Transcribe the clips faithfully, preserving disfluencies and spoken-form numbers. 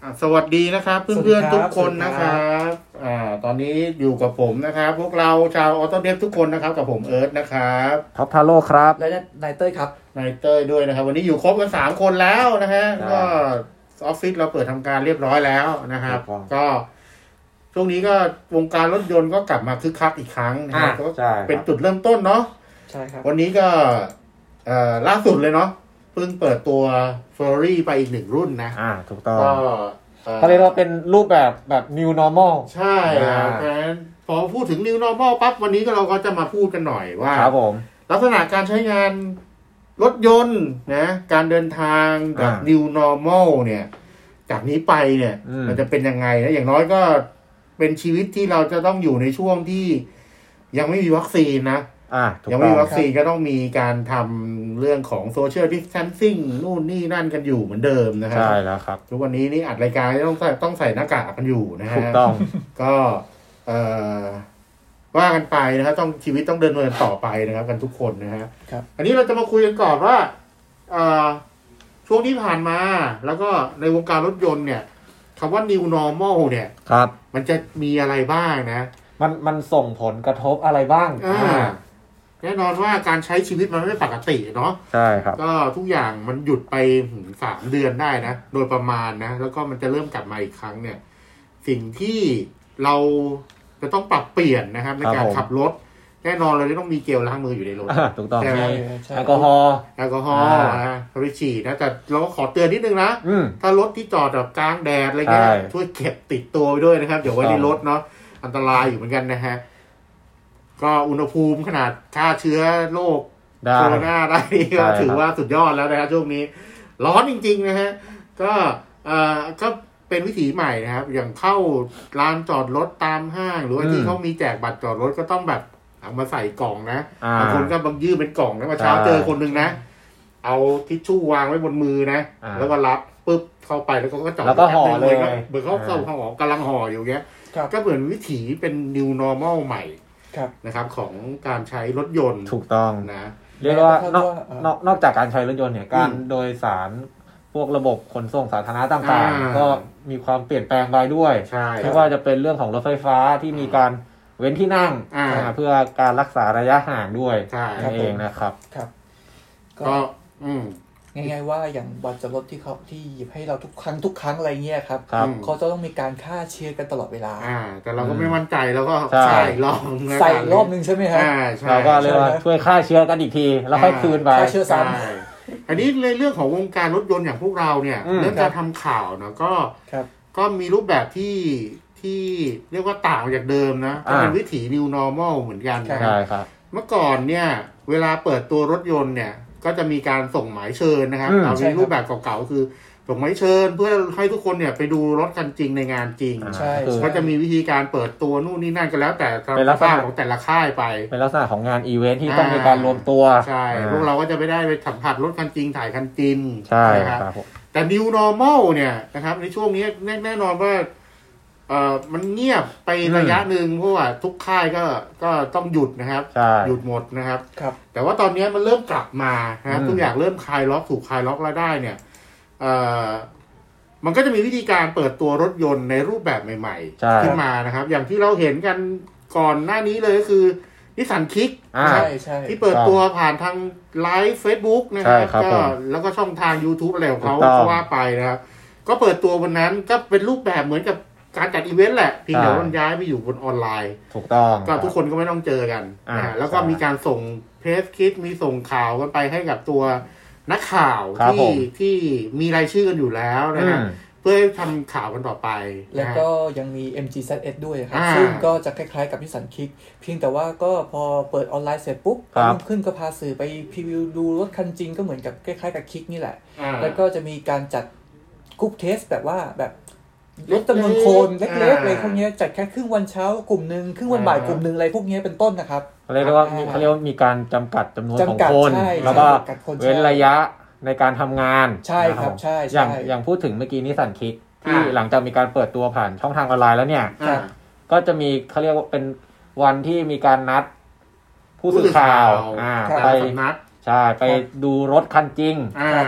สวัสดีนะครับเพื่อนๆทุกคนนะครับอ่าตอนนี้อยู่กับผมนะครับพวกเราชาวออโต้เดฟทุกคนนะครับกับผมเอิร์ธนะครับท็อปทาโร่ครับและนายเต้ยครับนายเต้ยด้วยนะครับวันนี้อยู่ครบกันสามคนแล้วนะฮะก็ออฟฟิศเราเปิดทำการเรียบร้อยแล้วนะครับก็ช่วงนี้ก็วงการรถยนต์ก็กลับมาคึกคักอีกครั้งนะครับก็เป็นจุดเริ่มต้นเนาะใช่ครับวันนี้ก็เอ่อล่าสุดเลยเนาะเพิ่งเปิดตัว Ferrari ไปอีกหนึ่งรุ่นนะอ่าถูกต้องก็เขาเรียกว่าเป็นรูปแบบแบบ new normal ใช่ครับพอพูดถึง new normal ปั๊บวันนี้ก็เราก็จะมาพูดกันหน่อยว่าครับผมลักษณะการใช้งานรถยนต์นะการเดินทางแบบ new normal เนี่ยจากนี้ไปเนี่ยมันจะเป็นยังไงนะอย่างน้อยก็เป็นชีวิตที่เราจะต้องอยู่ในช่วงที่ยังไม่มีวัคซีนนะยังไม่มีวัคซีนก็ต้องมีการทำเรื่องของ social distancing นู่นนี่นั่นกันอยู่เหมือนเดิมนะครับใช่แล้วครับทุกวันนี้นี่อัดรายการต้องต้องใส่หน้ากากกันอยู่นะฮะถูกต้องก็เอ่อว่ากันไปนะครับต้องชีวิตต้องเดินเดินต่อไปนะครับกันทุกคนนะฮะอันนี้เราจะมาคุยกันก่อนว่าเอ่อช่วงที่ผ่านมาแล้วก็ในวงการรถยนต์เนี่ยคำว่า new normal เนี่ยครับมันจะมีอะไรบ้างนะมันมันส่งผลกระทบอะไรบ้างอ่าแน่นอนว่าการใช้ชีวิตมันไม่ปกติเนาะใช่ครับก็ทุกอย่างมันหยุดไปสามเดือนได้นะโดยประมาณนะแล้วก็มันจะเริ่มกลับมาอีกครั้งเนี่ยสิ่งที่เราจะต้องปรับเปลี่ยนนะครับในการขับรถแน่นอนเราจะต้องมีเจลล้างมืออยู่ในรถถูกต้องใช่ไหมแอลกอฮอล์แอลกอฮอล์นะริชีนะแต่เราก็ขอเตือนนิดนึงนะถ้ารถที่จอดแบบกลางแดดอะไรเงี้ยช่วยเก็บติดตัวไปด้วยนะครับเดี๋ยวไว้ในรถเนาะอันตรายอยู่เหมือนกันนะฮะก็อุณหภูมิขนาดฆ่าเชื้อโรคโคโรนาได้ก็ถือว่าสุดยอดแล้วนะครับช่วงนี้ร้อนจริงๆนะฮะก็เอ่อก็เป็นวิถีใหม่นะครับอย่างเข้าร้านจอดรถตามห้างหรือว่าที่เขามีแจกบัตรจอดรถก็ต้องแบบเอามาใส่กล่องนะบางคนก็บางยื่นเป็นกล่องนะมาเช้าเจอคนนึงนะเอาทิชชู่วางไว้บนมือนะแล้วก็รับปึ๊บเข้าไปแล้วก็จอดแล้วก็ห่อเลยเหมือนเขาเข้าห่อกำลังห่ออยู่เงี้ยก็เหมือนวิถีเป็น new normal ใหม่นะครับของการใช้รถยนต์ถูกต้องนะเรียกว่านอกนอกนอกจากการใช้รถยนต์เนี่ยการโดยสารพวกระบบขนส่งสาธารณะต่างๆก็มีความเปลี่ยนแปลงไปด้วยไม่ว่าจะเป็นเรื่องของรถไฟฟ้าที่มีการเว้นที่นั่งเพื่อการรักษาระยะห่างด้วยนั่นเองนะครับครับก็อืมง่ายๆว่าอย่างบัตรจอดรถที่เขาที่หยิบให้เราทุกครั้งทุกครั้งอะไรเงี้ยครับเขาจะต้องมีการฆ่าเชื้อกันตลอดเวลาอ่าแต่เราก็ไม่มั่นใจแล้วก็ใส่รอบใส่รอบนึงใช่ไหมครับเราก็เรียกว่าช่วยฆ่าเชื้อกันอีกทีแล้วค่อยคืนไปฆ่าเชื้อซ้ำอันนี้ในเรื่องของวงการรถยนต์อย่างพวกเราเนี่ยเรื่องการทำข่าวเนาะก็ก็มีรูปแบบที่ที่เรียกว่าต่างจากเดิมนะเป็นวิถี new normal เหมือนกันนะครับเมื่อก่อนเนี่ยเวลาเปิดตัวรถยนต์เนี่ยก็จะมีการส่งหมายเชิญนะครับเอาในรูปแบบเก่าๆคือส่งหมายเชิญเพื่อให้ทุกคนเนี่ยไปดูรถกันจริงในงานจริงก็จะมีวิธีการเปิดตัวนู่นนี่นั่นกันแล้วแต่เป็นลักษณะของแต่ละค่ายไปเป็นลักษณะของงานอีเวนท์ที่ต้องมีการรวมตัวใช่พวกเราก็จะไม่ได้ไปสัมผัสรถคันจริงถ่ายคันจริงใช่ครับแต่ new normal เนี่ยนะครับในช่วงนี้แน่นอนว่าเอ่อมันเงียบไประยะหนึ่งเพราะว่าทุกค่ายก็ก็ต้องหยุดนะครับหยุดหมดนะครับแต่ว่าตอนนี้มันเริ่มกลับมานะครับทุกอย่างเริ่มคลายล็อกถูกคลายล็อกแล้วได้เนี่ยเอ่อมันก็จะมีวิธีการเปิดตัวรถยนต์ในรูปแบบใหม่ๆขึ้นมานะครับอย่างที่เราเห็นกันก่อนหน้านี้เลยก็คือนิสสันคิกที่เปิดตัวผ่านทางไลฟ์ Facebook นะครับก็แล้วก็ช่องทาง YouTube อะไรของเขาก็ว่าไปนะครับก็เปิดตัววันนั้นก็เป็นรูปแบบเหมือนกับการจัดอีเวนต์แหละเพียงแต่ว่ามันย้ายไปอยู่บนออนไลน์ถูกต้องก็ทุกคนก็ไม่ต้องเจอกันนะแล้วก็มีการส่งเพจคิดมีส่งข่าวกันไปให้กับตัวนักข่าวที่ที่มีรายชื่อกันอยู่แล้วนะฮะเพื่อทำข่าวกันต่อไปแล้วก็ยังมี เอ็ม จี แซด เอส ด้วยครับซึ่งก็จะคล้ายๆกับนิสสันคิกเพียงแต่ว่าก็พอเปิดออนไลน์เสร็จปุ๊บขึ้นก็พาสื่อไปพรีวิวดูรถคันจริงก็เหมือนกับคล้ายๆกับคิกนี่แหละแล้วก็จะมีการจัดกรุ๊ปเทสแบบว่าแบบลดจำนวนคนเล็กๆเลยพวกนี้จัดแค่ครึ่งวันเช้ากลุ่มนึงครึ่งวันบ่ายกลุ่มนึงอะไรพวกนี้เป็นต้นนะครับเขาเรียกว่าเขาเรียกว่ามีการจำกัดจำนวนของคนแล้วก็เว้นระยะในการทำงานใช่ครับใช่อย่างอย่างพูดถึงเมื่อกี้นิสสันคิกที่หลังจากมีการเปิดตัวผ่านช่องทางออนไลน์แล้วเนี่ยก็จะมีเขาเรียกว่าเป็นวันที่มีการนัดผู้สื่อข่าวไปนัดใช่ไปดูรถคันจริง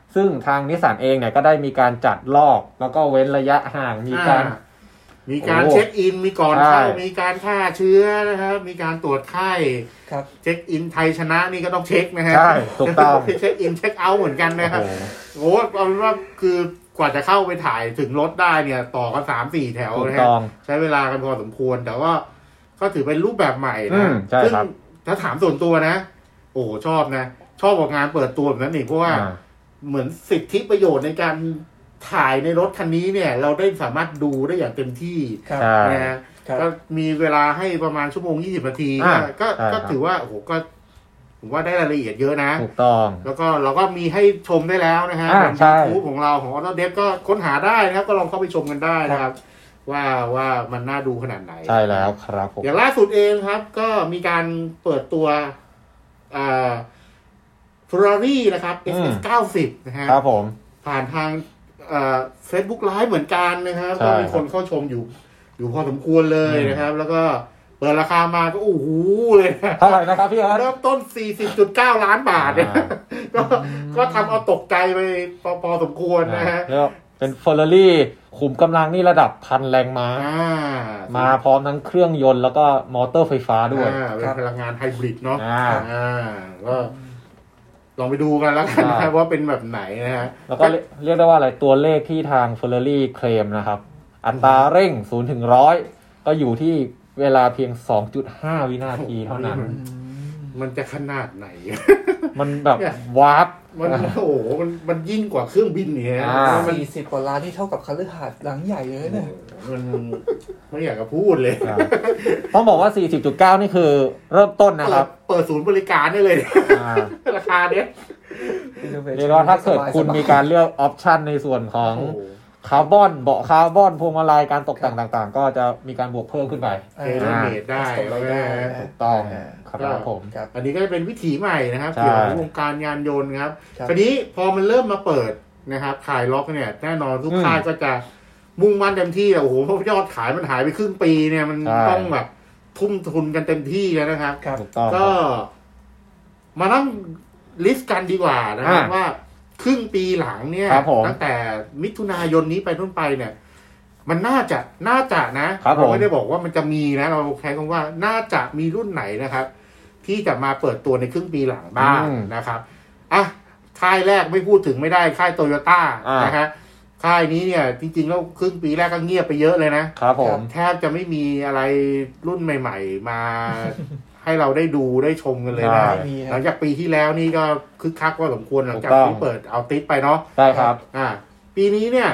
ซึ่งทางนิสสันเองเนี่ยก็ได้มีการจัดรอบแล้วก็เว้นระยะห่างมีการมีการเช็คอินมีก่อนเข้ามีการฆ่าเชื้อนะครับมีการตรวจไข้ครับเช็คอินไทยชนะนี่ก็ต้องเช็คนะฮะใช่ถูกต้องเช็คอินเช็คเอาท์เหมือนกันนะครับโอ้เอาเป็นว่าคือกว่าจะเข้าไปถ่ายถึงรถได้เนี่ยต่อกันสามสี่แถวนะฮะใช้เวลากันพอสมควรแต่ว่าก็ถือเป็นรูปแบบใหม่นะซึ่งถ้าถามส่วนตัวนะโอ้ชอบนะชอบกับงานเปิดตัวแบบนั้นนี่เพราะว่าเหมือนสิทธิประโยชน์ในการถ่ายในรถคันนี้เนี่ยเราได้สามารถดูได้อย่างเต็มที่นะฮะก็มีเวลาให้ประมาณชั่วโมงยี่สิบนาทีก็ก็ถือว่าโอ้โหก็ผมว่าได้รายละเอียดเยอะนะถูกต้องแล้วก็เราก็มีให้ชมได้แล้วนะฮะบน YouTube ของเราของ Autodesk ก็ค้นหาได้นะครับก็ลองเข้าไปชมกันได้นะครับว่าว่ามันน่าดูขนาดไหนใช่แล้วครับผมอย่างล่าสุดเองครับก็มีการเปิดตัวอ่า Ferrari นะครับ เอส เอส เก้าสิบ นะฮะครับผมผ่านทางเอ่อ Facebook Live เหมือนกันนะครับก็มีคนเข้าชมอยู่อยู่พอสมควรเลยนะครับแล้วก็เปิดราคามาก็โอ้โหเลยเท่าไหร่นะครับพี่เริ่มต้น สี่สิบจุดเก้า ล้านบาทเนี่ยก็ก็ทำเอาตกใจไปพอพอสมควรนะฮะเป็น Ferrari ขุมกำลังนี่ระดับพันแรงม้ามาพร้อมทั้งเครื่องยนต์แล้วก็มอเตอร์ไฟฟ้าด้วยเป็นพลังงานไฮบริดเนาะก็ลองไปดูกันแล้วกันนะว่าเป็นแบบไหนนะฮะแล้วก็เรียกได้ว่าอะไรตัวเลขที่ทาง Ferrari เคลมนะครับอัตราเร่งศูนย์ถึงหนึ่งร้อยก็อยู่ที่เวลาเพียง สองจุดห้า วินาทีเท่านั้นมันจะขนาดไหนมันแบบวาร์ปมันโอ้โหมันมันยิ่งกว่าเครื่องบินเนี่ยมันสี่สิบกว่าล้านที่เท่ากับคฤหาสน์หลังใหญ่เลยเนี่ยมันไม่อยากจะพูดเลยต้องบอกว่า สี่สิบจุดเก้า นี่คือเริ่มต้นนะครับเปิดศูนย์บริการได้เลยราคาเนี้ยเรียกว่าถ้าเกิดคุณมีการเลือกออปชันในส่วนของคาร์บอนเบาะคาร์บอนพวงมาลัยการตกแต่งต่างๆก็จะมีการบวกเพิ่มขึ้นไปเทเลเมดได้ถูกต้องครับผมอันนี้ก็เป็นวิถีใหม่นะครับเกี่ยวกับวงการยานยนต์ครับทีนี้พอมันเริ่มมาเปิดนะครับขายล็อกเนี่ยแน่นอนทุกค่ายก็จะมุ่งมั่นเต็มที่โอ้โหเพราะยอดขายมันหายไปครึ่งปีเนี่ยมันต้องแบบทุ่มทุนกันเต็มที่แล้วนะครับก็มานั่งลิสต์กันดีกว่านะครับว่าครึ่งปีหลังเนี่ยตั้งแต่มิถุนายนนี้ไปต้นไปเนี่ยมันน่าจะน่าจะนะเราไม่ได้บอกว่ามันจะมีนะเราแค่คำว่าน่าจะมีรุ่นไหนนะครับที่จะมาเปิดตัวในครึ่งปีหลังบ้างนะครับอ่ะค่ายแรกไม่พูดถึงไม่ได้ค่ายโตโยต้านะฮะค่ายนี้เนี่ยจริงๆแล้วครึ่งปีแรกก็เงียบไปเยอะเลยนะครับผมแทบจะไม่มีอะไรรุ่นใหม่ๆมาให้เราได้ดูได้ชมกันเลยนะหลังจากปีที่แล้วนี่ก็คึกคักว่าสมควรหลังจากที่เปิดเอาติดไปเนาะใช่ครับอ่าปีนี้เนี่ย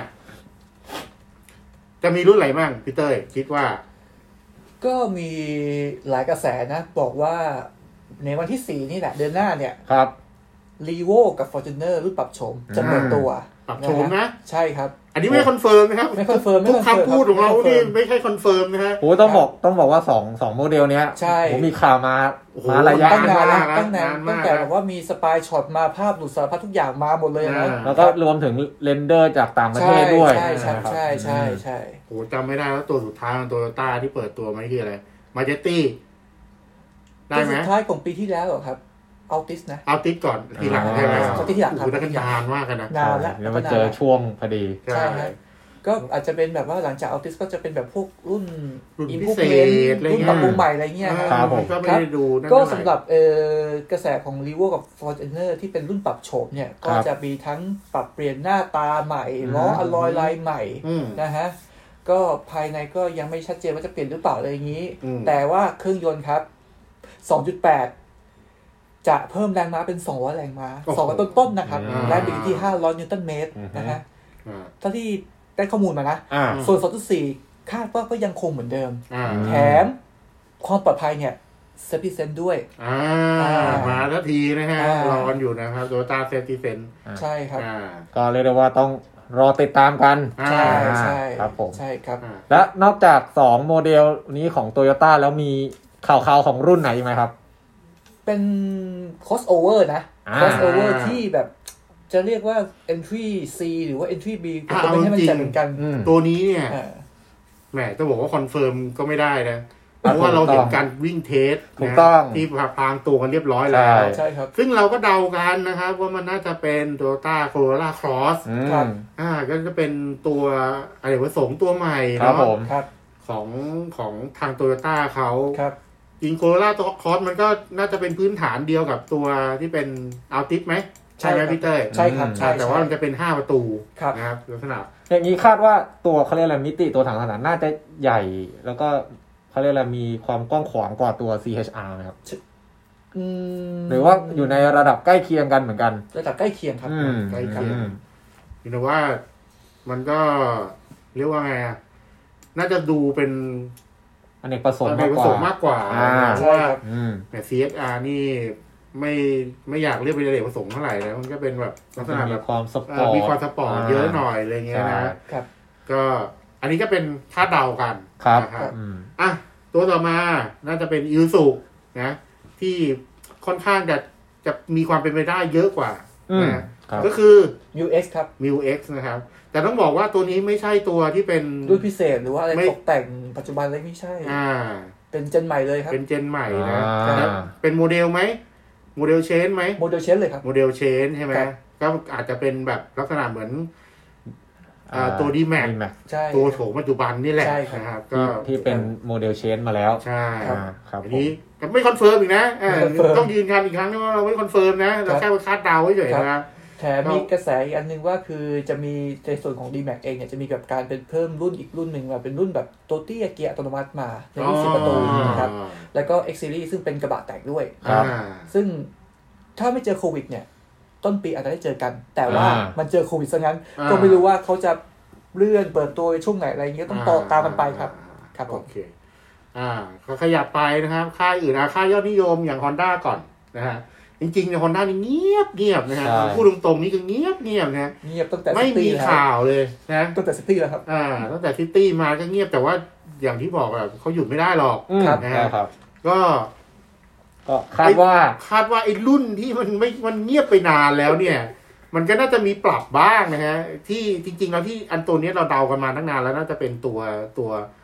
จะมีรุ่นอะไรบ้างพี่เต้ยคิดว่าก็มีหลายกระแสนะบอกว่าในวันที่สี่นี่แหละเดือนหน้าเนี่ยครับ Revo กับ Fortuner รุ่นปรับโฉมจะเปิดตัวปรับโฉมนะใช่ครับอันนี้ไม่คอนเฟิร์มนะครับไม่คอนเฟิร์มทุกคำพูดของเรานี่ไม่ใช่คอนเฟิร์มนะฮะโอ้ต้องบอกต้องบอกว่าสอง สองโมเดลเนี้ยผมมีข่าวมามาระยะตั้งนานตั้งนานตั้งแต่แบบว่ามีสปายช็อตมาภาพหลุดสารพัดทุกอย่างมาหมดเลยนะแล้วก็รวมถึงเรนเดอร์จากต่างประเทศด้วยใช่ใช่ใช่ใช่ใช่โอ้จำไม่ได้แล้วตัวสุดท้ายของโตโยต้าที่เปิดตัวไหมคืออะไรมาเจตตี้ได้ไหมตัวสุดท้ายของปีที่แล้วเหรอครับอัลติสนะอัลติสก่อนทีหลังใช่ไหมอัลติสทีหลังครับตั้งนานมากกันนะนานแล้วแล้วมาเจอช่วงพอดีใช่ครับก็อาจจะเป็นแบบว่าหลังจากอัลติสก็จะเป็นแบบพวกรุ่นอินพิเศษรุ่นปรับปรุงใหม่อะไรเงี้ยครับผมก็ไม่ได้ดูก็สำหรับเอ่อกระแสของ Revo กับ Fortuner ที่เป็นรุ่นปรับโฉมเนี่ยก็จะมีทั้งปรับเปลี่ยนหน้าตาใหม่ล้ออลลอยลายใหม่นะฮะก็ภายในก็ยังไม่ชัดเจนว่าจะเปลี่ยนหรือเปล่าอะไรอย่างนี้แต่ว่าเครื่องยนต์ครับ สองจุดแปดจะเพิ่มแรงม้าเป็นสองร้อยแรงม้าสองร้อยต้นๆนะครับแรงบิดที่ห้าร้อยนิวตันเมตรนะฮะเท่าที่ได้ข้อมูลมานะส่วน สองจุดสี่ คาดว่าก็ยังคงเหมือนเดิมแถมความปลอดภัยเนี่ยเซฟตี้เซนด้วยมาทันทีนะฮะรออยู่นะครับโตโยต้าเซฟตี้เซนใช่ครับก็เรียกได้ว่าต้องรอติดตามกันใช่ใช่ครับผมใช่ครับและนอกจากสองโมเดลนี้ของ Toyota แล้วมีข่าวๆของรุ่นไหนอีกไหมครับเป็น crossover นะ crossover ที่แบบจะเรียกว่า entry C หรือว่า entry B ก็ไม่ให้มันจัดเหมือนกันตัวนี้เนี่ยแหมจะบอกว่าคอนเฟิร์มก็ไม่ได้นะเพราะว่าเราเห็นการวิ่งเทสถูกต้องที่พางตัวกันเรียบร้อยแล้วใช่ครับซึ่งเราก็เดากันนะครับว่ามันน่าจะเป็น Toyota Corolla Cross ครับอ่าก็จะเป็นตัวอะไรผสมตัวใหม่เนาะของของทาง Toyota เขาครับจริง Corolla Cross มันก็น่าจะเป็นพื้นฐานเดียวกับตัวที่เป็น Altis ไหมใช่ไหมพี่เต้ใช่ครับแต่ว่ามันจะเป็นห้าประตูนะครับลักษณะอย่างนี้คาดว่าตัวเขาเรียกอะไรมิติตัวถังขนาดน่าจะใหญ่แล้วก็เขาเรียกอะไรมีความกว้างขวางกว่าตัว ซี เอช อาร์ นะครับหรือว่าอยู่ในระดับใกล้เคียงกันเหมือนกันระดับใกล้เคียงครับใกล้เคียงเห็นว่ามันก็เรียกว่าไงอ่ะน่าจะดูเป็นอเนกประสงค์มากกว่าเพราะว่าแต่ ซี เอช อาร์ นี่ไม่ไม่อยากเรียกเป็นอเนกประสงค์เท่าไหร่แล้วมันก็เป็นแบบลักษณะแบบความสปอร์ตมีความสปอร์ตเยอะหน่อยอะไรเงี้ยนะครับก็อันนี้ก็เป็นคาดเดากันนะครับอ่ะตัวต่อมาน่าจะเป็นอิลสุนะที่ค่อนข้างจะจะมีความเป็นไปได้เยอะกว่านะก็คือมิว เอ็กซ์ ครับมิว เอ็กซ์ นะครับแต่ต้องบอกว่าตัวนี้ไม่ใช่ตัวที่เป็นรุ่นพิเศษหรือว่าอะไรตกแต่งปัจจุบันเลยไม่ใช่อ่าเป็นเจนใหม่เลยครับเป็นเจนใหม่นะเป็นโมเดลไหมโมเดลเชนไหมโมเดลเชนเลยครับโมเดลเชนใช่ไหมก็อาจจะเป็นแบบลักษณะเหมือนตัว ดี แม็ก ตัวโฉมปัจจุบันนี่แหละนะครับก็ที่เป็นโมเดลเชนมาแล้วใช่ครับอันนี้ไม่คอนเฟิร์มอีกนะต้องยืนยันอีกครั้งนึงว่าเราไม่คอนเฟิร์มนะเราแค่คาดเดาเฉยๆนะแถมมีกระแสอีกอันนึงว่าคือจะมีในส่วนของ ดี แม็ก เองเนี่ยจะมีกับการเป็นเพิ่มรุ่นอีกรุ่นหนึ่งมาเป็นรุ่นแบบโตตี้เกียร์อัตโนมัติมาในรุ่นสิบประตูนะครับแล้วก็ X Series ซึ่งเป็นกระบะแต่งด้วยซึ่งถ้าไม่เจอโควิดเนี่ยต้นปีอาจจะได้เจอกันแต่ว่ามันเจอโควิดซะงั้นก็ไม่รู้ว่าเขาจะเลื่อนเปิดตัวช่วงไหนอะไรอย่างเงี้ยต้องต่อตามกันไปครับครับโอเคอ่าขยับไปนะครับค่ายอื่นอาค่ายยอดนิยมอย่าง Honda ก่อนนะฮะจริงๆใน Honda นี่เงียบเงียบนะฮะพูดตรงๆนี่ก็เงียบเงียบนะเงียบตั้งแต่ไม่มีข่าวเลยนะตั้งแต่ซิตี้แล้วครับอ่าตั้งแต่ซิตี้มาก็เงียบแต่ว่าอย่างที่บอกอะเขาหยุดไม่ได้หรอกนะครับก็ก็คาดว่าคาดว่าไอ้รุ่นที่มันไม่มันเงียบไปนานแล้วเนี่ยมันก็น่าจะมีปรับบ้างนะฮะที่จริงๆแล้วที่อันตัวนี้เราเดากันมาตั้งนานแล้วน่าจะเป็นตัวตัว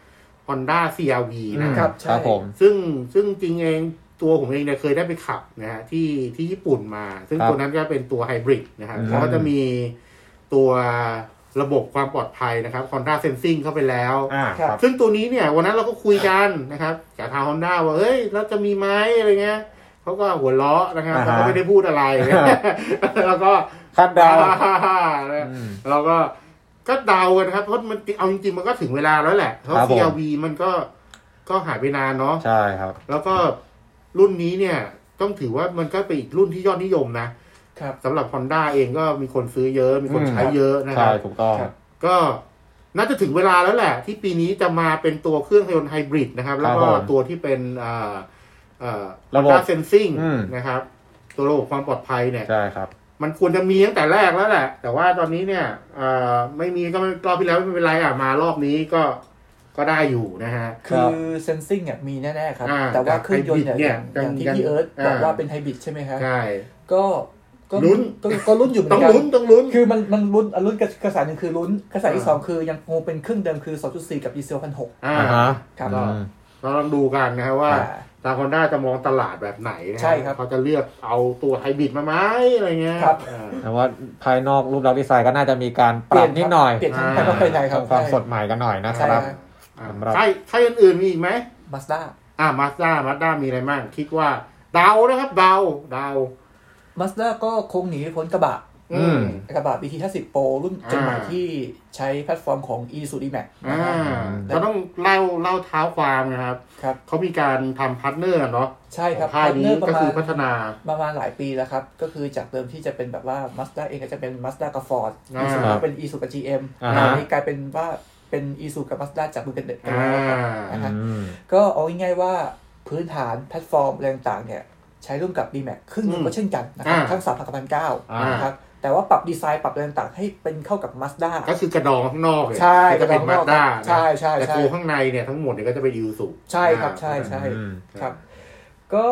Honda ซี อาร์ วี นะครับครับผมซึ่งซึ่งจริงเองตัวผมเองเนี่ยเคยได้ไปขับนะฮะที่ที่ญี่ปุ่นมาซึ่งตัวนั้นก็เป็นตัวไฮบริดนะครับแล้วก็จะมีตัวระบบความปลอดภัยนะครับ Honda Sensing เข้าไปแล้วซึ่งตัวนี้เนี่ยวันนั้นเราก็คุยกันนะครับกับทาง Honda ว่าเฮ้ยแล้วจะมีไหมอะไรเงี้ยเขาก็หัวเราะนะครับเขาก็ไม่ได้พูดอะไรแล้วก็คาดเดาเราก็ก็เดากันครับเพราะมันเอาจริงๆมันก็ถึงเวลาแล้วแหละเพราะ ซี อาร์ วี มันก็ก็หายไปนานเนาะใช่ครับแล้วก็รุ่นนี้เนี่ยต้องถือว่ามันก็เป็นอีกรุ่นที่ยอดนิยมนะครับสำหรับ Honda เองก็มีคนซื้อเยอะมีคนใช้เยอะนะครับใช่ถูกต้องก็น่าจะถึงเวลาแล้วแหละที่ปีนี้จะมาเป็นตัวเครื่องยนต์ไฮบริดนะครับแล้วก็ตัวที่เป็นอ่าอ่าระบบ Sensing นะครับตัวระบบความปลอดภัยเนี่ยใช่ครับมันควรจะมีตั้งแต่แรกแล้วแหละแต่ว่าตอนนี้เนี่ยอ่าไม่มีก็รอบที่แล้วไม่เป็นไรอ่ะมารอบนี้ก็ก็ได้อยู่นะฮะคือ Sensing เนี่ยมีแน่ๆครับแต่ว่าเครื่องยนต์เนี่ยอย่างที่พี่เอิร์ธบอกว่าเป็นไฮบริดใช่ไหมครับใช่ก็ก็ลุ้นก็ลุ้นอยู่เหมือนกันต้องลุ้นต้องลุ้นคือมันมันลุ้นลุ้นกระแสหนึ่งคือลุ้นกระแสที่สองคือยังคงเป็นเครื่องเดิมคือ สองจุดสี่ กับดีเซล หนึ่งพันหกร้อยอ่าฮะครับเราลองดูกันนะครับว่าทาง Honda จะมองตลาดแบบไหนนะเขาจะเลือกเอาตัวไฮบริดมาไหมอะไรเงี้ยครับแต่ว่าภายนอกรูปลักษณ์ดีไซน์ก็น่าจะมีการปรับนิดหน่อยเปลี่ยนทั้งภายนอกภายในครับความสดใหม่กันหน่อยนะครับใช่ใช่อื่นๆมีอีกไหม Mazda อ่า Mazda Mazda มีอะไรบ้างคิดว่าเดานะครับเดาเดา Mazda ก็คงหนีพ้นกระบะกระบะ บี ที ห้าสิบ Pro รุ่นเจนใหม่ที่ใช้แพลตฟอร์มของ Isuzu D-Max อ่าเราต้องเล่าเล่าเท้าความนะครับเขามีการทำพาร์ทเนอร์เนาะใช่ครับพาร์ทเนอร์ก็คือพัฒนาประมาณหลายปีแล้วครับก็คือจากเดิมที่จะเป็นแบบว่า Mazda เองก็จะเป็น Mazda กับ Ford Isuzu เป็น Isuzu กับ จี เอ็ม ตอนนี้กลายเป็นว่าเป็น Isuzu กับ Mazda จับมือกันเด็ดกันแล้วนะฮะก็เอาง่ายๆว่าพื้นฐานแพลตฟอร์มอะไรต่างๆเนี่ยใช้ร่วมกับ D-Max ครึ่งนึงก็เช่นกันนะครับทั้ง สามพัน กับ หนึ่งพันเก้าร้อย นะครับแต่ว่าปรับดีไซน์ปรับอะไรต่างๆให้เป็นเข้ากับ Mazda ก็คือกระดองข้างนอกใช่ก็เป็น Mazda ใช่ใช่แต่ตัวข้างในเนี่ยทั้งหมดเนี่ยก็จะเป็น Isuzu ใช่ครับใช่ใช่ครับก็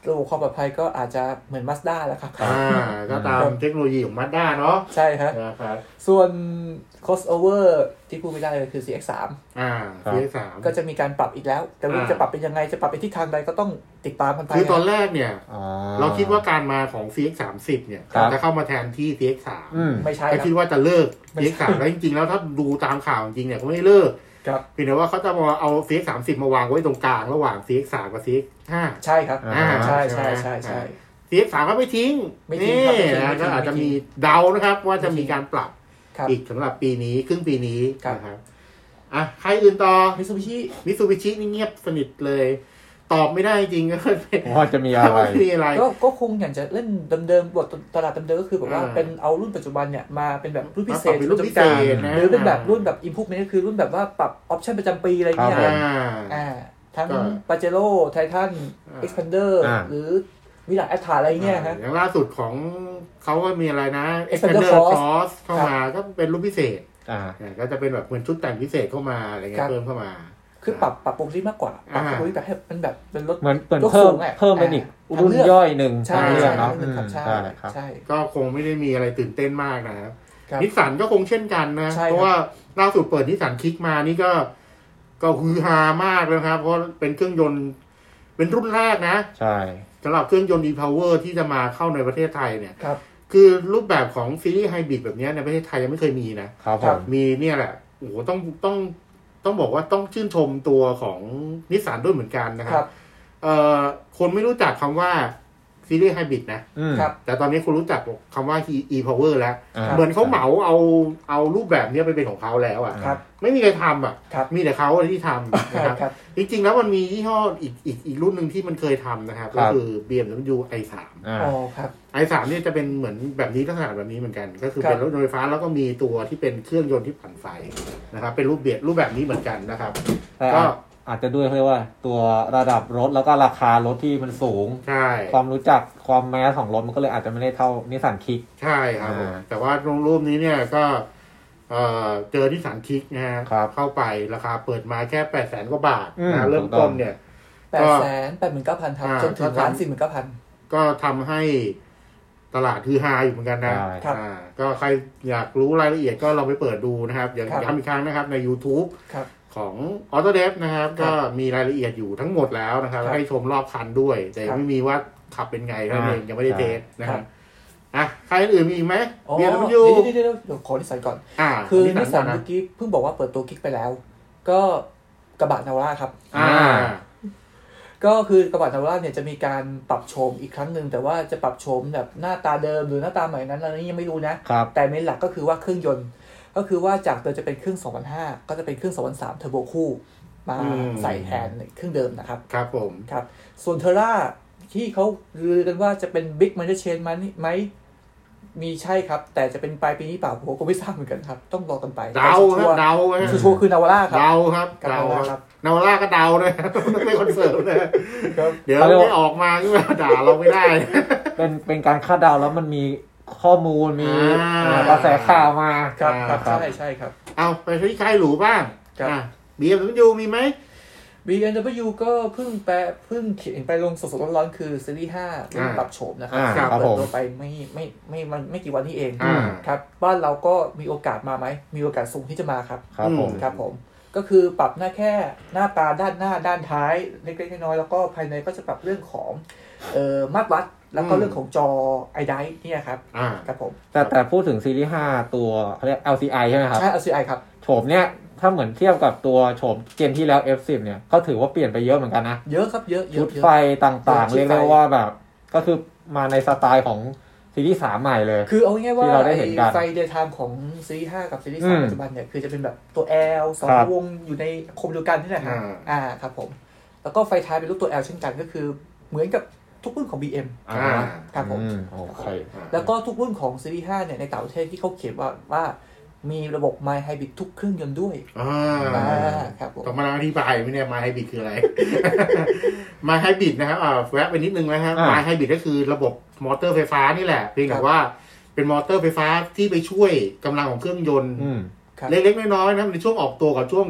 ระบบความปลอดภัยก็อาจจะเหมือน Mazda แล้วครับอ่าก็ตามเทคโนโลยีของ Mazda เนาะใช่ครับนะครับส่วน crossover ที่พูดไม่ได้เลยคือ ซี เอ็กซ์ สามอ่า ซี เอ็กซ์ สามก็จะมีการปรับอีกแล้วแต่ว่าจะปรับเป็นยังไงจะปรับไปที่ทางใดก็ต้องติดตามกันไปคือตอนแรกเนี่ยเราคิดว่าการมาของ ซี เอ็กซ์ สามสิบ เนี่ยจะเข้ามาแทนที่ ซี เอ็กซ์ สามไม่ใช่ก็คิดว่าจะเลิก ซี เอ็กซ์ สาม แล้วจริงๆแล้วถ้าดูตามข่าวจริงเนี่ยเขาไม่เลิกเพียงแต่ว่าเขาจะมาเอา ซี เอ็กซ์ สามสิบ มาวางไว้ตรงกลางระหว่าง ซี เอ็กซ์ สาม กับ ซี เอ็กซ์ ห้าใช่ครับใช่ใช่ใช่ใช่ซี เอ็กซ์ สาม ก็ไม่ทิ้งนี่นะก็อาจจะมีเดานะครับว่าจะมีการปรับอีกสำหรับปีนี้ครึ่งปีนี้นะครับอ่ะใครอื่นต่อมิตซูบิชิมิตซูบิชินี่เงียบสนิทเลยตอบไม่ได้จริงก็ว่าจะมีอะไรก็ก็คงอย่างจะเล่นเดิมๆบทตลาดเดิมๆก็คือแบบว่าเป็นเอารุ่นปัจจุบันเนี่ยมาเป็นแบบรุ่นพิเศษเป็นรุ่นพิเศษหรือเป็นแบบรุ่นแบบ improvement ก็คือรุ่นแบบว่าปรับออปชั่นประจำปีอะไรเงี้ยอ่าทั้ง Pajero Titan Xpander หรือมีหลายแอตทาอะไรเงี้ยฮะอย่างล่าสุดของเขาก็มีอะไรนะ Xpander Cross เข้ามาก็เป็นรุ่นพิเศษอ่าก็จะเป็นแบบเหมือนชุดแต่งพิเศษเข้ามาอะไรเงี้ยเพิ่มเข้ามาคือปรับปรับโปรซีมากกว่าปรับโปรซีแบบให้มันแบบเป็นรถเหมือนเพิ่มเพิ่มเป็นอีกรุ่นย่อยหนึ่งใช่เนาะใช่ใช่ก็คงไม่ได้มีอะไรตื่นเต้นมากนะครับนิสสันก็คงเช่นกันนะเพราะว่าล่าสุดเปิดนิสสันคิกมานี่ก็ก็ฮือฮามากเลยครับเพราะเป็นเครื่องยนต์เป็นรุ่นแรกนะใช่สำหรับเครื่องยนต์ e-power ที่จะมาเข้าในประเทศไทยเนี่ยคือรูปแบบของซีรีส์ไฮบริดแบบนี้ในประเทศไทยยังไม่เคยมีนะครับมีเนี่ยแหละโอ้โหต้องต้องต้องบอกว่าต้องชื่นชมตัวของนิสสันด้วยเหมือนกันนะครับเอ่อคนไม่รู้จักคำว่าซีรีส์ไฮบริดนะครับแต่ตอนนี้คุณรู้จักคำว่า e-power แล้วเหมือนเขาเหมาเอาเอารูปแบบนี้ไปเป็นของเขาแล้วอ่ะไม่มีใครทำอ่ะมีแต่เขาที่ทำนะครับจริงๆแล้วมันมียี่ห้ออีกอีกอีกรุ่นหนึ่งที่มันเคยทำนะครับก็คือ บี เอ็ม ดับเบิลยู ไอ สามอ๋อครับไอ สาม เนี่ยจะเป็นเหมือนแบบนี้ลักษณะแบบนี้เหมือนกันก็คือเป็นรถไฟฟ้าแล้วก็มีตัวที่เป็นเครื่องยนต์ที่ปั่นไฟนะครับเป็นรูปเบียดรูปแบบนี้เหมือนกันนะครับก็อาจจะด้วยเรียกว่าตัวระดับรถแล้วก็ราคารถที่มันสูงใช่ความรู้จักความแมสของรถมันก็เลยอาจจะไม่ได้เท่านิสสันคิกใช่ครับแต่ว่ารูปนี้เนี่ยก็เอ่อเจอนิสสันคิกนะฮะเข้าไปราคาเปิดมาแค่ แปดแสน กว่าบาทนะเริ่มต้นเนี่ยแปดแสนแปดหมื่นเก้าพัน ครับจนถึงล้าน สี่หมื่นเก้าพันก็ทำให้ตลาดฮือฮาอยู่เหมือนกันนะอ่าก็ใครอยากรู้รายละเอียดก็ลองไปเปิดดูนะครับอย่างย้ำอีกครั้งนะครับใน YouTubeของ Autodev นะครับก็มีรายละเอียดอยู่ทั้งหมดแล้วนะครับให้ชมรอบคันด้วยแต่ยังไม่มีว่าขับเป็นไงเท่านั้นเองยังไม่ได้เทสนะครับอ่ะใครอื่นมีอีกไหมเบียร์มันอยู่เดี๋ยวเดี๋ยวขอนิสสันก่อนคือนิสสันเมื่อกี้เพิ่งบอกว่าเปิดตัวคิกไปแล้วก็กระบะนาวาร่าครับอ่าก็คือกระบะนาวาร่าเนี่ยจะมีการปรับโฉมอีกครั้งหนึ่งแต่ว่าจะปรับโฉมแบบหน้าตาเดิมหรือหน้าตาใหม่นั้นอะไรนี้ยังไม่รู้นะแต่เมนหลักก็คือว่าเครื่องยนต์ก็คือว่าจากเดิมจะเป็นเครื่อง สองพันห้า ก็จะเป็นเครื่อง สองพันสาม เทอร์โบคู่มาใส่แทนเครื่องเดิมนะครับครับผมครับส่วนเทอร่าที่เขาลือกันว่าจะเป็นบิ๊กมันจะเชนมันไหมมีใช่ครับแต่จะเป็นปลายปีนี้เปล่าผมก็ไม่ทราบเหมือนกันครับต้องรอกันไปเดาครับเดาชัวร์คือนาวาร่าครับเดาครับเดาครับนาวาร่าก็เดาเลยไม่คอนเสิร์ตเลยเดี๋ยวไม่ออกมาก็ด่าเราไม่ได้เป็นเป็นการคาดเดาแล้วมันมีข้อมูลมีกระแสข่าวมาครับครับใช่ใช่ครับเอาไปที่ใครหรูบ้างบี เอ็ม ดับเบิลยู มีไหมบี เอ็ม ดับเบิลยู ก็เพิ่งแปลเพิ่งเขียนไปลงสดๆร้อนๆคือซีรีส์ห้ารุ่นปรับโฉมนะครับเปิดตัวไปไม่ไม่ไม่มันไม่กี่วันนี้เองครับบ้านเราก็มีโอกาสมาไหมมีโอกาสสูงที่จะมาครับครับผมครับผมก็คือปรับหน้าแค่หน้าตาด้านหน้าด้านท้ายเล็กๆน้อยๆแล้วก็ภายในก็จะปรับเรื่องของเอ่อมาตรวัดแล้วก็เรื่องของจอ ไอ ได เนี่ยครับครับผมแต่แต่พูดถึงซีรีส์ห้าตัวเขาเรียก แอล ซี ไอ ใช่ไหมครับใช่ แอล ซี ไอ ครับโฉมเนี่ยถ้าเหมือนเทียบกับตัวโฉมเจนที่แล้ว เอฟ สิบ เนี่ยก็ถือว่าเปลี่ยนไปเยอะเหมือนกันนะเยอะครับเยอะชุดไฟต่างๆเรียกได้ว่าแบบก็คือมาในสไตล์ของซีรีส์สามใหม่เลยคือเอาง่ายๆว่าไฟเดย์ไทม์ของซีรีส์ห้ากับซีรีส์สามปัจจุบันเนี่ยคือจะเป็นแบบตัว L สองวงอยู่ในคมเดียวกันนี่แหละครับอ่าครับผมแล้วก็ไฟท้ายเป็นรูปตัว L เช่นกันก็คือเหมือนกับทุกรุ่นของ บี เอ็มอ่าครับผมโอเคแล้วก็ทุกรุ่นของซีรีส์ห้าเนี่ยในต่างประเทศที่เขาเขียนว่าว่ามีระบบ My Hybrid ทุกเครื่องยนต์ด้วยอ่าครับผมต้องมาอธิบายไหมเนี่ย My Hybrid คืออะไร My Hybrid นะครับอ่าแวะไปนิดนึงนะครับ My Hybrid ก็คือระบบมอเตอร์ไฟฟ้านี่แหละเพียงแต่ว่าเป็นมอเตอร์ไฟฟ้าที่ไปช่วยกำลังของเครื่องยนต์เล็กๆน้อยๆนะในช่วงออกตัวกับช่วง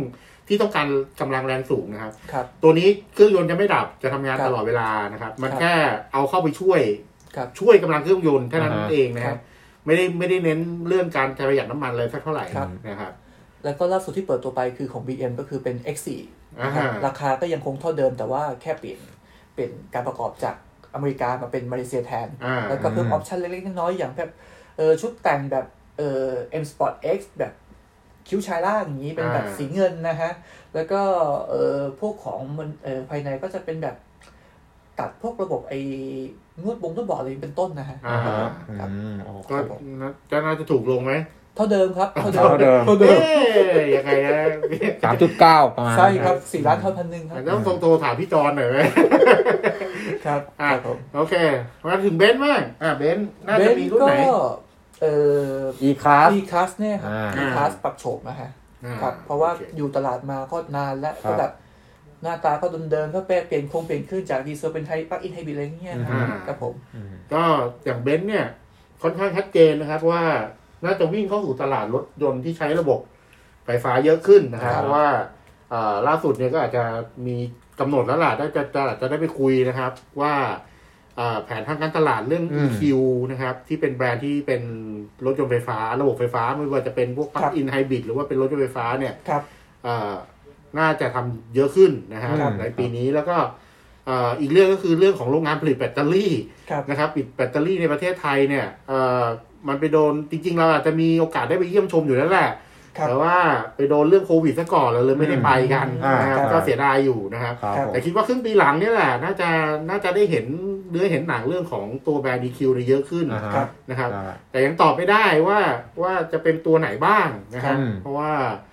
ที่ต้องการกำลังแรงสูงนะครับครับตัวนี้เครื่องยนต์จะไม่ดับจะทำงานตลอดเวลานะครับมันแค่เอาเข้าไปช่วยช่วยกำลังเครื่องยนต์เท่านั้นเองนะครับไม่ได้ไม่ได้เน้นเรื่องการประหยัดน้ำมันเลยสักเท่าไหร่นะครับแล้วก็ล่าสุดที่เปิดตัวไปคือของ บี เอ็ม ก็คือเป็น เอ็กซ์ โฟร์ นะครับราคาก็ยังคงเท่าเดิมแต่ว่าแค่เปลี่ยนเป็นการประกอบจากอเมริกามาเป็นมาเลเซียแทนแล้วก็เพิ่มออปชั่นเล็กๆน้อยๆอย่างแบบเออชุดแต่งแบบเออ M Sport X แบบคิ้วชายล่างอย่างนี้เป็นแบบสีเงินนะฮะแล้วก็เออพวกของมันเออภายในก็จะเป็นแบบตัดพวกระบบไอ้นวดบงนวดบอร์ดอะไรเป็นต้นนะฮะครับก็จะน่าจะถูกลงไหมเท่าเดิมครับเท่าเดิมเท่าเดิมยังไงนะสามจุดเก้า ประมาณใช่ครับสี่ล้านเท่าพันหนึ่งครับต้องโทรถามพี่จอนหน่อยไหมครับอ่าโอเคมาถึงเบนซ์มั้งอ่าเบนซ์น่าจะมีรุ่นไหนเอ่อ E-Class E-Class เนี่ยครับ E-Class ปรับโฉมนะฮะครับเพราะว่าอยู่ตลาดมาก็นานแล้วก็แบบหน้าตาก็เดิมๆก็เปลี่ยนคงเปลี่ยนขึ้นจากดีเซลเป็นไฮปลั๊กอินไฮบริดอะไรเงี้ยครับผมก็อย่างเบนซ์เนี่ยค่อนข้างชัดเจนนะครับว่าน่าจะวิ่งเข้าสู่ตลาดรถยนต์ที่ใช้ระบบไฟฟ้าเยอะขึ้นนะครับเพราะว่าล่าสุดเนี่ยก็อาจจะมีกำหนดแล้วล่ะได้จะจะจะได้ไปคุยนะครับว่าแผนทางการตลาดเรื่อง อี คิว นะครับที่เป็นแบรนด์ที่เป็นรถยนต์ไฟฟ้าระบบไฟฟ้าไม่ว่าจะเป็นพวกปลั๊กอินไฮบริดหรือว่าเป็นรถยนต์ไฟฟ้าเนี่ยน่าจะทำเยอะขึ้นนะฮะในปีนี้แล้วก็อีกเรื่องก็คือเรื่องของโรงงานผลิตแบตเตอรี่นะครับปิดแบตเตอรี่ในประเทศไทยเนี่ยมันไปโดนจริงๆเราอาจจะมีโอกาสได้ไปเยี่ยมชมอยู่แล้วแหละแต่ว่าไปโดนเรื่องโควิดซะก่อนเราเลยไม่ได้ไปกันนะครับก็เสียดายอยู่นะครับแต่คิดว่าครึ่งปีหลังนี่แหละน่าจะน่าจะได้เห็นเนื้อเห็นหนังเรื่องของตัวแบรนด์ อี คิว เยอะขึ้นนะครับแต่ยังตอบไม่ได้ว่าว่าจะเป็นตัวไหนบ้างนะครับเพราะว่า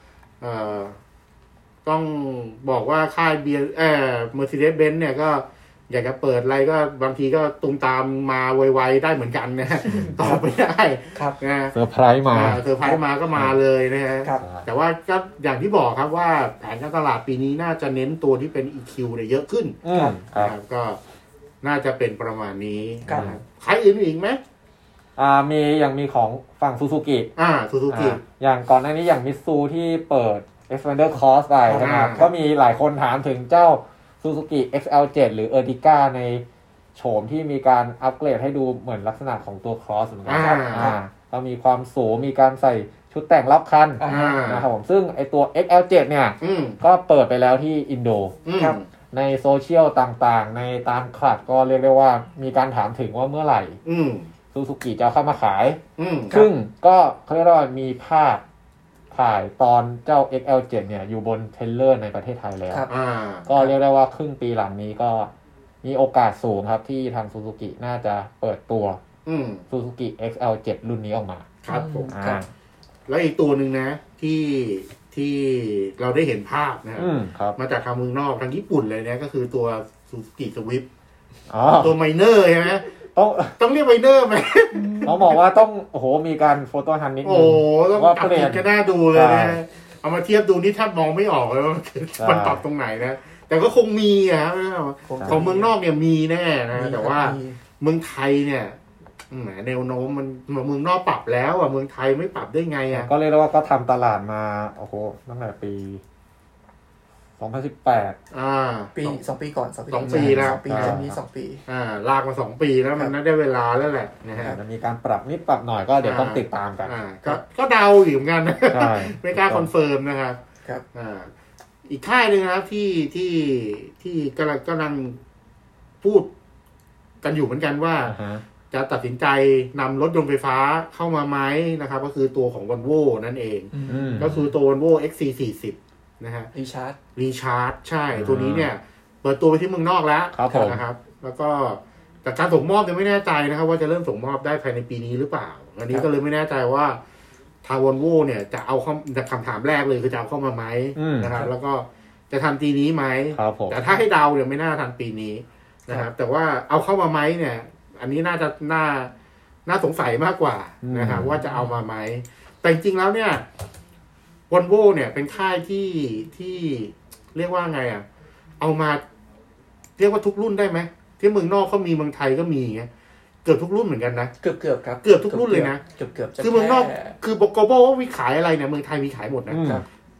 ต้องบอกว่าค่ายเบียร์เอ่อ Mercedes-Benz เนี่ยก็อยากจะเปิดอะไรก็บางทีก็ตุมตามมาไวๆได้เหมือนกันนะตอบไม่ได้นะเซอร์ไพรส์มาเซอร์ไพรส์มาก็มาเลยนะฮะแต่ว่าก็อย่างที่บอกครับว่าแผนการตลาดปีนี้น่าจะเน้นตัวที่เป็น อี คิว เนี่ยเยอะขึ้นครับก็น่าจะเป็นประมาณนี้ใครอื่นอีกไหมอ่ามีอย่างมีของฝั่งซูซูกิอ่าซูซูกิอย่างก่อนหน้านี้อย่างมิตซูที่เปิด Xpander Cross ไปนะครับก็มีหลายคนถามถึงเจ้า Suzuki เอ็กซ์ แอล เซเว่น หรือ Ertiga ในโฉมที่มีการอัปเกรดให้ดูเหมือนลักษณะของตัว Cross เหมือนกันครับอ่าก็มีความสูงมีการใส่ชุดแต่งรอบคันนะครับผมซึ่งไอตัว เอ็กซ์ แอล เซเว่น เนี่ยก็เปิดไปแล้วที่อินโดครับในโซเชียลต่างๆในตามคลับก็เรียกได้ว่ามีการถามถึงว่าเมื่อไหร่ซูซูกิจะเข้ามาขายซึ่งก็เขาเรียกว่ามีภาพถ่ายตอนเจ้า เอ็กซ์ แอล เซเว่น เนี่ยอยู่บนเทรลเลอร์ในประเทศไทยแล้วก็เรียกได้ว่าครึ่งปีหลังนี้ก็มีโอกาสสูงครับที่ทางซูซูกิน่าจะเปิดตัวซูซูกิ เอ็กซ์ แอล เซเว่น รุ่นนี้ออกมาครับผมแล้วอีกตัวหนึ่งนะที่ที่เราได้เห็นภาพนะครับมาจากทางเมืองนอกทางญี่ปุ่นเลยเนี่ยก็คือตัวซูซูกิสวิฟต์ตัวไมเนอร์ใช่ไหมต้องต้องเรียกไมเนอร์ไหมเขาบอกว่าต้องโอ้โหมีการโฟโต้ฮันนิดนึงโอ้ต้องจับผิดก็น่าดูเลยนะเอามาเทียบดูนี่แทบมองไม่ออกเลยว่ามันปรับตรงไหนนะแต่ก็คงมีอะครับของเมืองนอกเนี่ยมีแน่นะแต่ว่าเมืองไทยเนี่ยแหมแนวโน้มมันเมืองนอกปรับแล้วอ่ะเมืองไทยไม่ปรับได้ไงอ่ะก็เรียกว่าก็ทำตลาดมาโอ้โหตั้งแต่ปีสองพันสิบแปดอ่าปีสองปีก่อนสองปีแล้วปีจะมีสองปีอ่าลากมาสองปีแล้วมันน่าได้เวลาแล้วแหละนะฮะจะมีการปรับนิดปรับหน่อยก็เดี๋ยวต้องติดตามกันอ่าก็ก็เดาอยู่เหมือนกันไม่กล้าคอนเฟิร์มนะครับครับอ่าอีกค่ายนึงนะครับที่ที่ที่กำลังกำลังพูดกันอยู่เหมือนกันว่าจะตัดสินใจนำรถยนต์ไฟฟ้าเข้ามาไหมนะครับก็คือตัวของ Volvo นั่นเองก็คือตัว Volvo เอ็กซ์ ซี สี่สิบนะฮะรีชาร์จรีชาร์จใช่ตัวนี้เนี่ยเปิดตัวไปที่เมืองนอกแล้วนะครับแล้วก็แต่การส่งมอบยังไม่แน่ใจนะครับว่าจะเริ่มส่งมอบได้ภายในปีนี้หรือเปล่าอันนี้ก็เลยไม่แน่ใจว่าทาง Volvo เนี่ยจะเอาเข้าคำถามแรกเลยคือจะเอาเข้ามาไหมนะครับแล้วก็จะทันปีนี้ไหมแต่ถ้าให้เดาเนี่ยไม่น่าทันปีนี้นะครับแต่ว่าเอาเข้ามาไหมเนี่ยอันนี้น่าจะน่าน่าสงสัยมากกว่านะครับว่าจะเอามาไหมแต่จริงๆแล้วเนี่ยวอลโว่เนี่ยเป็นค่ายที่ที่เรียกว่าไงอ่ะเอามาเรียกว่าทุกรุ่นได้ไหมที่เมืองนอกเขามีเมืองไทยก็มีไงเกือบทุกรุ่นเหมือนกันนะเกือบเกือบครับเกือบทุกรุ่นเลยนะเกือบเกือบคือเมืองนอกคือโกลบอลว่ามีขายอะไรเนี่ยเมืองไทยมีขายหมดนะ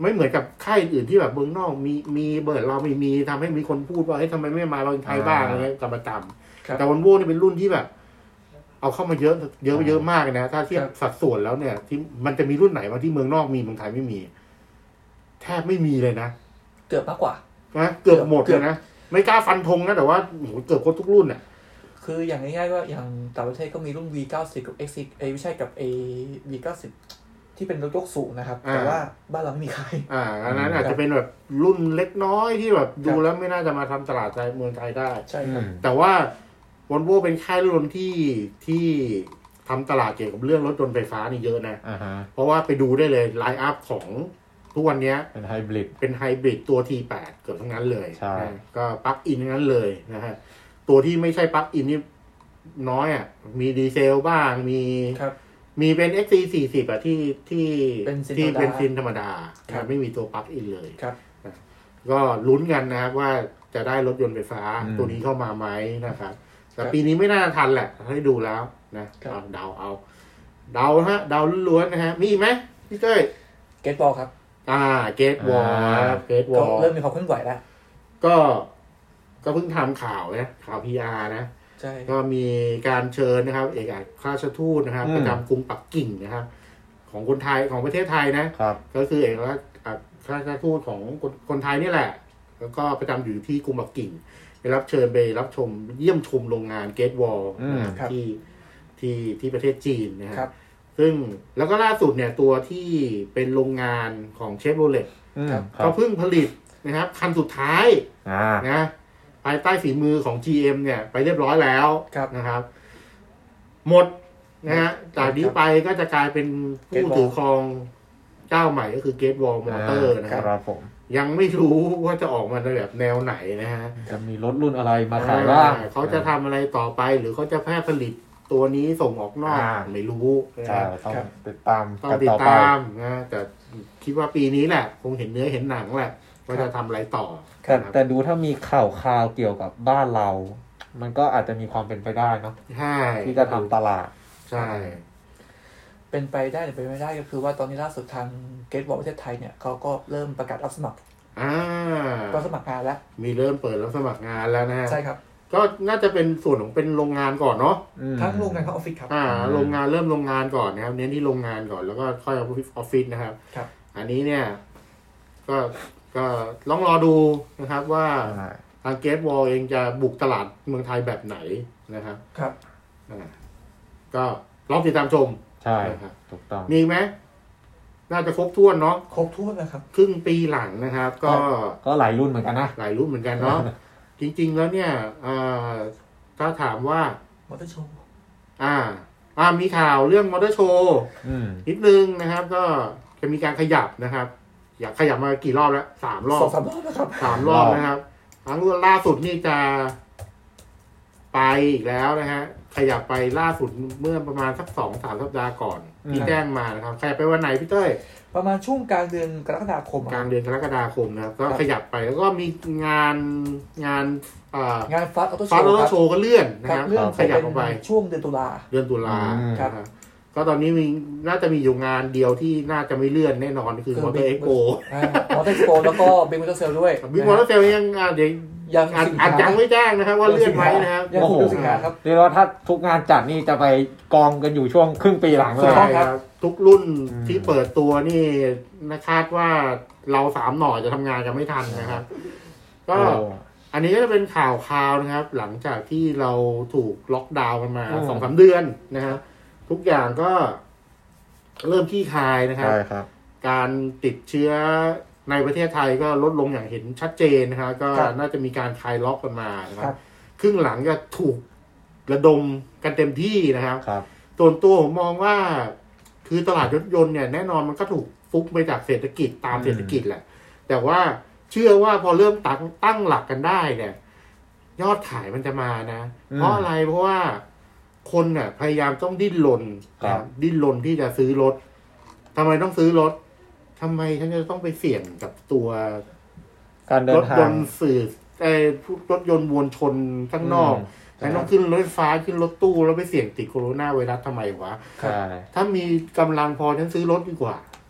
ไม่เหมือนกับค่ายอื่นที่แบบเมืองนอกมีมีเบิร์ดเราไม่มีทำให้มีคนพูดว่าเฮ้ยทำไมไม่มาเราไทยบ้างอะไรเงี้ยกรรมจำแต่วันโว่นี่เป็นรุ่นที่แบบเอาเข้ามาเยอะเยอะเยอะมากนะถ้าเทียบสัดส่วนแล้วเนี่ยที่มันจะมีรุ่นไหนมาที่เมืองนอกมีเมืองไทยไม่มีแทบไม่มีเลยนะเกือบมากกว่านะเกือบหมดเลยนะไม่กล้าฟันธงนะแต่ว่าโหเกือบครบทุกรุ่นอ่ะคืออย่างง่ายๆก็อย่างต่างประเทศก็มีรุ่น วี เก้าสิบ กับ เอ็กซ์ เอไม่ใช่กับ A วี เก้าสิบ ที่เป็นรถยกสูงนะครับแต่ว่าบ้านเราไม่มีใครอ่าอันนั้นอาจจะเป็นแบบรุ่นเล็กน้อยที่แบบดูแล้วไม่น่าจะมาทำตลาดในเมืองไทยได้ใช่ครับแต่ว่าวอลโว่เป็นค่ายรถยนต์ที่ที่ทำตลาดเกี่ยวกับเรื่องรถยนต์ไฟฟ้านี่เยอะนะเพราะว่าไปดูได้เลยไลน์อัพของทุกวันนี้เป็นไฮบริดเป็นไฮบริดตัว ที แปด เกือบทั้งนั้นเลยใช่ก็ปลั๊กอินทั้งนั้นเลยนะฮะตัวที่ไม่ใช่ปลั๊กอินนี่น้อยอ่ะมีดีเซลบ้างมีมีเป็น เอ็กซ์ ซี สี่สิบ อ่ะที่ที่ที่เป็นซินธรรมดาไม่มีตัวปลั๊กอินเลยก็ลุ้นกันนะครับว่าจะได้รถยนต์ไฟฟ้าตัวนี้เข้ามาไหมนะครับแต่ปีนี้ไม่น่าทันแหละให้ดูแล้วนะเดาเอาเดาฮะเดาล้วนๆนะฮะมีไหมพี่เต้ยเกตบอลครับอ่าเกตวอลเกตวอลเริ่มมีความเคลื่อนไหวแล้วก็ก็เพิ่งทำข่าวนะข่าว พี อาร์ นะใช่ก็มีการเชิญนะครับเอกอัครราชทูตนะครับประจำกรุงปักกิ่งนะครับของคนไทยของประเทศไทยนะครับก็คือเอกอัครราชทูตของคนไทยนี่แหละแล้วก็ประจำอยู่ที่กรุงปักกิ่งไปรับเชิญไปรับชมเยี่ยมชมโรงงานเกตวอลที่ที่ที่ประเทศจีนนะครับซึ่งแล้วก็ล่าสุดเนี่ยตัวที่เป็นโรงงานของเชฟโรเลตเขาเพิ่งผลิตนะครับคันสุดท้ายนะภายใต้ฝีมือของ จี เอ็ม เนี่ยไปเรียบร้อยแล้วนะครับหมดนะฮะจากนี้ไปก็จะกลายเป็นผู้ถือครองเจ้าใหม่ก็คือ Great Wall Motor นะครับยังไม่รู้ว่าจะออกมาในแบบแนวไหนนะฮะจะมีรถรุ่นอะไรมาขายบ้างเขาจะทำอะไรต่อไปหรือเขาจะแพร่ผลิตตัวนี้ส่งออกนอกไม่รู้ต้องติดตามต้องติดตามนะแต่คิดว่าปีนี้แหละคงเห็นเนื้อเห็นหนังแหละว่าจะทำอะไรต่อแต่แต่ดูถ้ามีข่าวข่าวเกี่ยวกับบ้านเรามันก็อาจจะมีความเป็นไปได้เนาะใช่ที่จะทำตลาดใช่เป็นไปได้หรือเป็นไม่ได้ก็คือว่าตอนนี้ล่าสุดทางเกตบอลประเทศไทยเนี่ยเขาก็เริ่มประกาศรับสมัครอ่าก็สมัครงานแล้วมีเริ่มเปิดรับสมัครงานแล้วนะใช่ครับก็น่าจะเป็นส่วนของเป็นโรงงานก่อนเนาะทั้งโรงงานทั้งออฟฟิศครับอ่าโรงงานเริ่มโรงงานก่อนนะครับเน้นที่โรงงานก่อนแล้วก็ค่อยเอาออฟฟิศนะครับครับอันนี้เนี่ยก็ก็ลองรอดูนะครับว่าทางเกตวอลเองจะบุกตลาดเมืองไทยแบบไหนนะครับครับอ่าก็ลองติดตามชมใช่ครับถูกต้องมีไหมน่าจะครบถ้วนเนาะครบถ้วนนะครับครึ่งปีหลังนะครับก็ก็หลายรุ่นเหมือนกันนะหลายรุ่นเหมือนกันเนาะจริงๆแล้วเนี่ยถ้าถามว่ามอเตอร์โชว์อ่าอ่ามีข่าวเรื่องมอเตอร์โชว์นิดนึงนะครับก็จะมีการขยับนะครับอยากขยับมากี่รอบแล้วสามรอบสองสามรอบนะครับสามรอบนะครับครั้งล่าสุดนี่จะไปอีกแล้วนะฮะขยับไปล่าสุดเมื่อประมาณสักสองสามสัปดาห์ก่อนที่แจ้งมานะครับขยับไปวันไหนพี่เต้ยประมาณช่วงกลางเดือนกรกฎาคมกลางเดือนกรกฎาคมนะครับก็ขยับไปแล้วก็มีงานงานงานฟาสต์ออโต้โชว์ฟาสต์ออโต้โชว์ก็เลื่อนนะครับขยับออกไปช่วงเดือนตุลาเดือนตุลาครับก็ตอนนี้มีน่าจะมีอยู่งานเดียวที่น่าจะไม่เลื่อนแน่นอนคือมอเตอร์เอ็กโปมอเตอร์เอ็กโปแล้วก็บิ๊กมอเตอร์เซลด้วยบิ๊กมอเตอร์เซลยังเดี๋ยวยังอาจยังไม่แจ้งนะครับว่าเลื่อนไหมนะครับยังคงสินค้าครับเรียกว่าถ้าทุกงานจัดนี่จะไปกองกันอยู่ช่วงครึ่งปีหลังเลยครับทุกรุ่นที่เปิดตัวนี่นะคาดว่าเราสามหน่อจะทำงานกันไม่ทันนะครับก็อันนี้ก็จะเป็นข่าวข่าวนะครับหลังจากที่เราถูกล็อกดาวน์กันมา สองสาม เดือนนะครับทุกอย่างก็เริ่มคลี่คลายนะครับการติดเชื้อในประเทศไทยก็ลดลงอย่างเห็นชัดเจนนะครับก็น่าจะมีการคลายล็อกกันมานะครับครึ่งหลังจะถูกระดมกันเต็มที่นะครับส่วนตัวผมมองว่าคือตลาดรถยนต์เนี่ยแน่นอนมันก็ถูกฟุกไปจากเศรษฐกิจตามเศรษฐกิจแหละแต่ว่าเชื่อว่าพอเริ่มตั้งตั้งหลักกันได้เนี่ยยอดขายมันจะมานะเพราะอะไรเพราะว่าคนเนี่ยพยายามต้องดิ้นรนดิ้นรนที่จะซื้อรถทำไมต้องซื้อรถทำไมฉันจะต้องไปเสี่ยงกับตัวการเดินทางรถยนต์สื่อไอ้รถยนต์มวลชนข้างนอกฉันต้องขึ้นรถไฟฟ้าขึ้นรถตู้แล้วไปเสี่ยงติดโคโรนาไวรัสทำไมวะถ้ามีกำลังพอฉันซื้อรถดีกว่า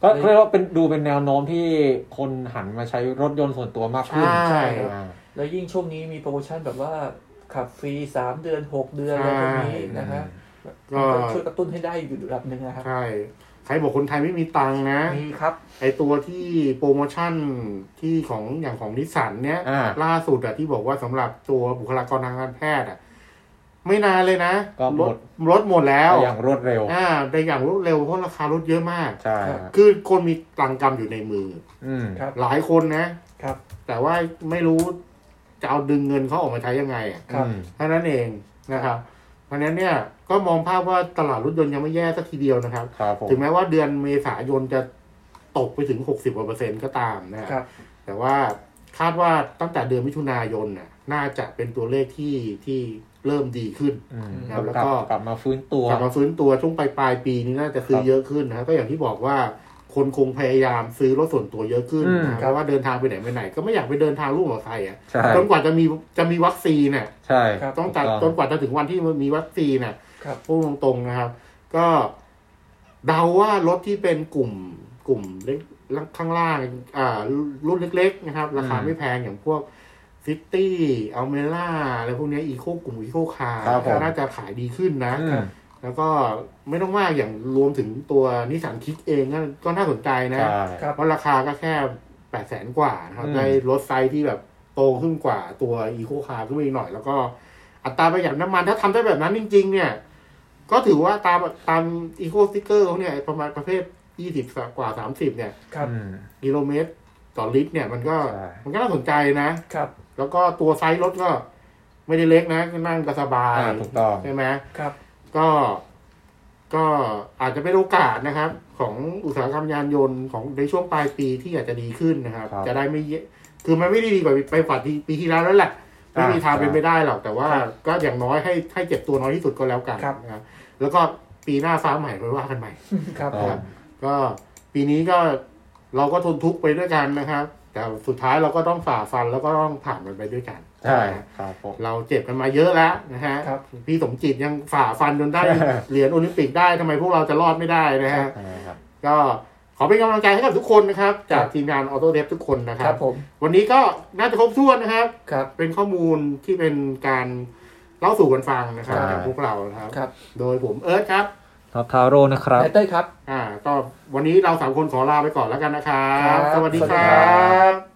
ก็เรียกว่าเป็นดูเป็นแนวโน้มที่คนหันมาใช้รถยนต์ส่วนตัวมากขึ้นใช่แล้วยิ่งช่วงนี้มีโปรโมชั่นแบบว่าขับฟรีสามเดือนหกเดือนอะไรพวกนี้นะฮะก็ช่วยกระตุ้นให้ได้อยู่ระดับนึงนะครับใช่ใครบอกคนไทยไม่มีตังค์นะมีครับไอตัวที่โปรโมชั่นที่ของอย่างของนิสสันเนี้ยล่าสุดอะที่บอกว่าสำหรับตัวบุคลากรทางการแพทย์อะไม่นานเลยนะรถรถหมดแล้วอย่างรวดเร็วอ่าได้อย่างรวดเร็วเพราะราคารถเยอะมากใช่คือคนมีตังค์กำอยู่ในมือหลายคนนะครับแต่ว่าไม่รู้จะเอาดึงเงินเขาออกมาใช้ยังไงอ่ะเท่านั้นเองนะครับเพราะนั้นเนี่ยก็มองภาพว่าตลาดรถยนต์ยังไม่แย่สักทีเดียวนะครับถึงแม้ว่าเดือนเมษายนจะตกไปถึงหกสิบกว่าเปอร์เซ็นต์ก็ตามนะครับแต่ว่าคาดว่าตั้งแต่เดือนมิถุนายนน่ะน่าจะเป็นตัวเลขที่ที่เริ่มดีขึ้นนะแล้วก็กลับมาฟื้นตัวกลับมาฟื้นตัวช่วงปลายปลายปีนี้น่าจะซื้อเยอะขึ้นนะก็อย่างที่บอกว่าคนคงพยายามซื้อรถส่วนตัวเยอะขึ้นนะเพราะว่าเดินทางไปไหนไปไหนก็ไม่อยากไปเดินทางร่วมกับใครอ่ะจนกว่าจะมีจะมีวัคซีนน่ะใช่ต้องตัดจนกว่าจะถึงวันที่มีวัคซีนน่ะพูดตรงๆนะครับก็เดาว่ารถที่เป็นกลุ่มกลุ่มเล็กข้างล่างอ่ารุ่นเล็กๆนะครับราคาไม่แพงอย่างพวกซิตี้อัลเมล่าอะไรพวกนี้อีโคกลุ่มอีโคคาร์น่าจะขายดีขึ้นนะแล้วก็ไม่ต้องมากอย่างรวมถึงตัวนิสสันคิกเองก็น่าสนใจนะเพราะราคาก็แค่แปดแสนกว่าครับได้รถไซส์ที่แบบโตขึ้นกว่าตัวอีโคคาร์ขึ้นไปอีกหน่อยแล้วก็อัตราประหยัดน้ำมันถ้าทำได้แบบนั้นจริงๆเนี่ยก็ถือว่าตามตามอีโคสติ๊กเกอร์เขาเนี่ยประมาณประเภทยี่สิบกว่าสามสิบเนี่ยกิโลเมตรต่อลิตรเนี่ยมันก็มันก็น่าสนใจนะครับแล้วก็ตัวไซส์รถก็ไม่ได้เล็กนะนั่งก็สบายถูกต้องใช่ไหมครับก็ก็อาจจะเป็นโอกาสนะครับของอุตสาหกรรมยานยนต์ของในช่วงปลายปีที่อาจจะดีขึ้นนะครับจะได้ไม่คือมันไม่ได้ดีกว่าไปฝันปีที่แล้วแล้วแหละไม่มีทางเป็นไม่ได้หรอกแต่ว่าก็อย่างน้อยให้ให้เจ็บตัวน้อยที่สุดก็แล้วกันนะครับแล้วก็ปีหน้าฟ้าใหม่ค่อยว่ากันใหม่ครับก็ปีนี้ก็เราก็ทนทุกข์ไปด้วยกันนะครับแต่สุดท้ายเราก็ต้องฝ่าฟันแล้วก็ต้องผ่านมันไปด้วยกันใช่ครับเราเจ็บกันมาเยอะแล้วนะฮะพี่สมจิตยังฝ่าฟันจนได้เหรียญโอลิมปิกได้ทำไมพวกเราจะรอดไม่ได้นะฮะก็ขอเป็นกำลังใจให้กับทุกคนนะครับจากทีมงานออโต้เดฟทุกคนนะครับวันนี้ก็น่าจะครบถ้วนนะครับเป็นข้อมูลที่เป็นการเล่าสู่กันฟังนะครับจากพวกเราครับโดยผมเอิร์ธครับท็อปทาโร่นะครับเต้ยครับอ่าก็วันนี้เราสามคนขอลาไปก่อนแล้วกันนะครับสวัสดีครับ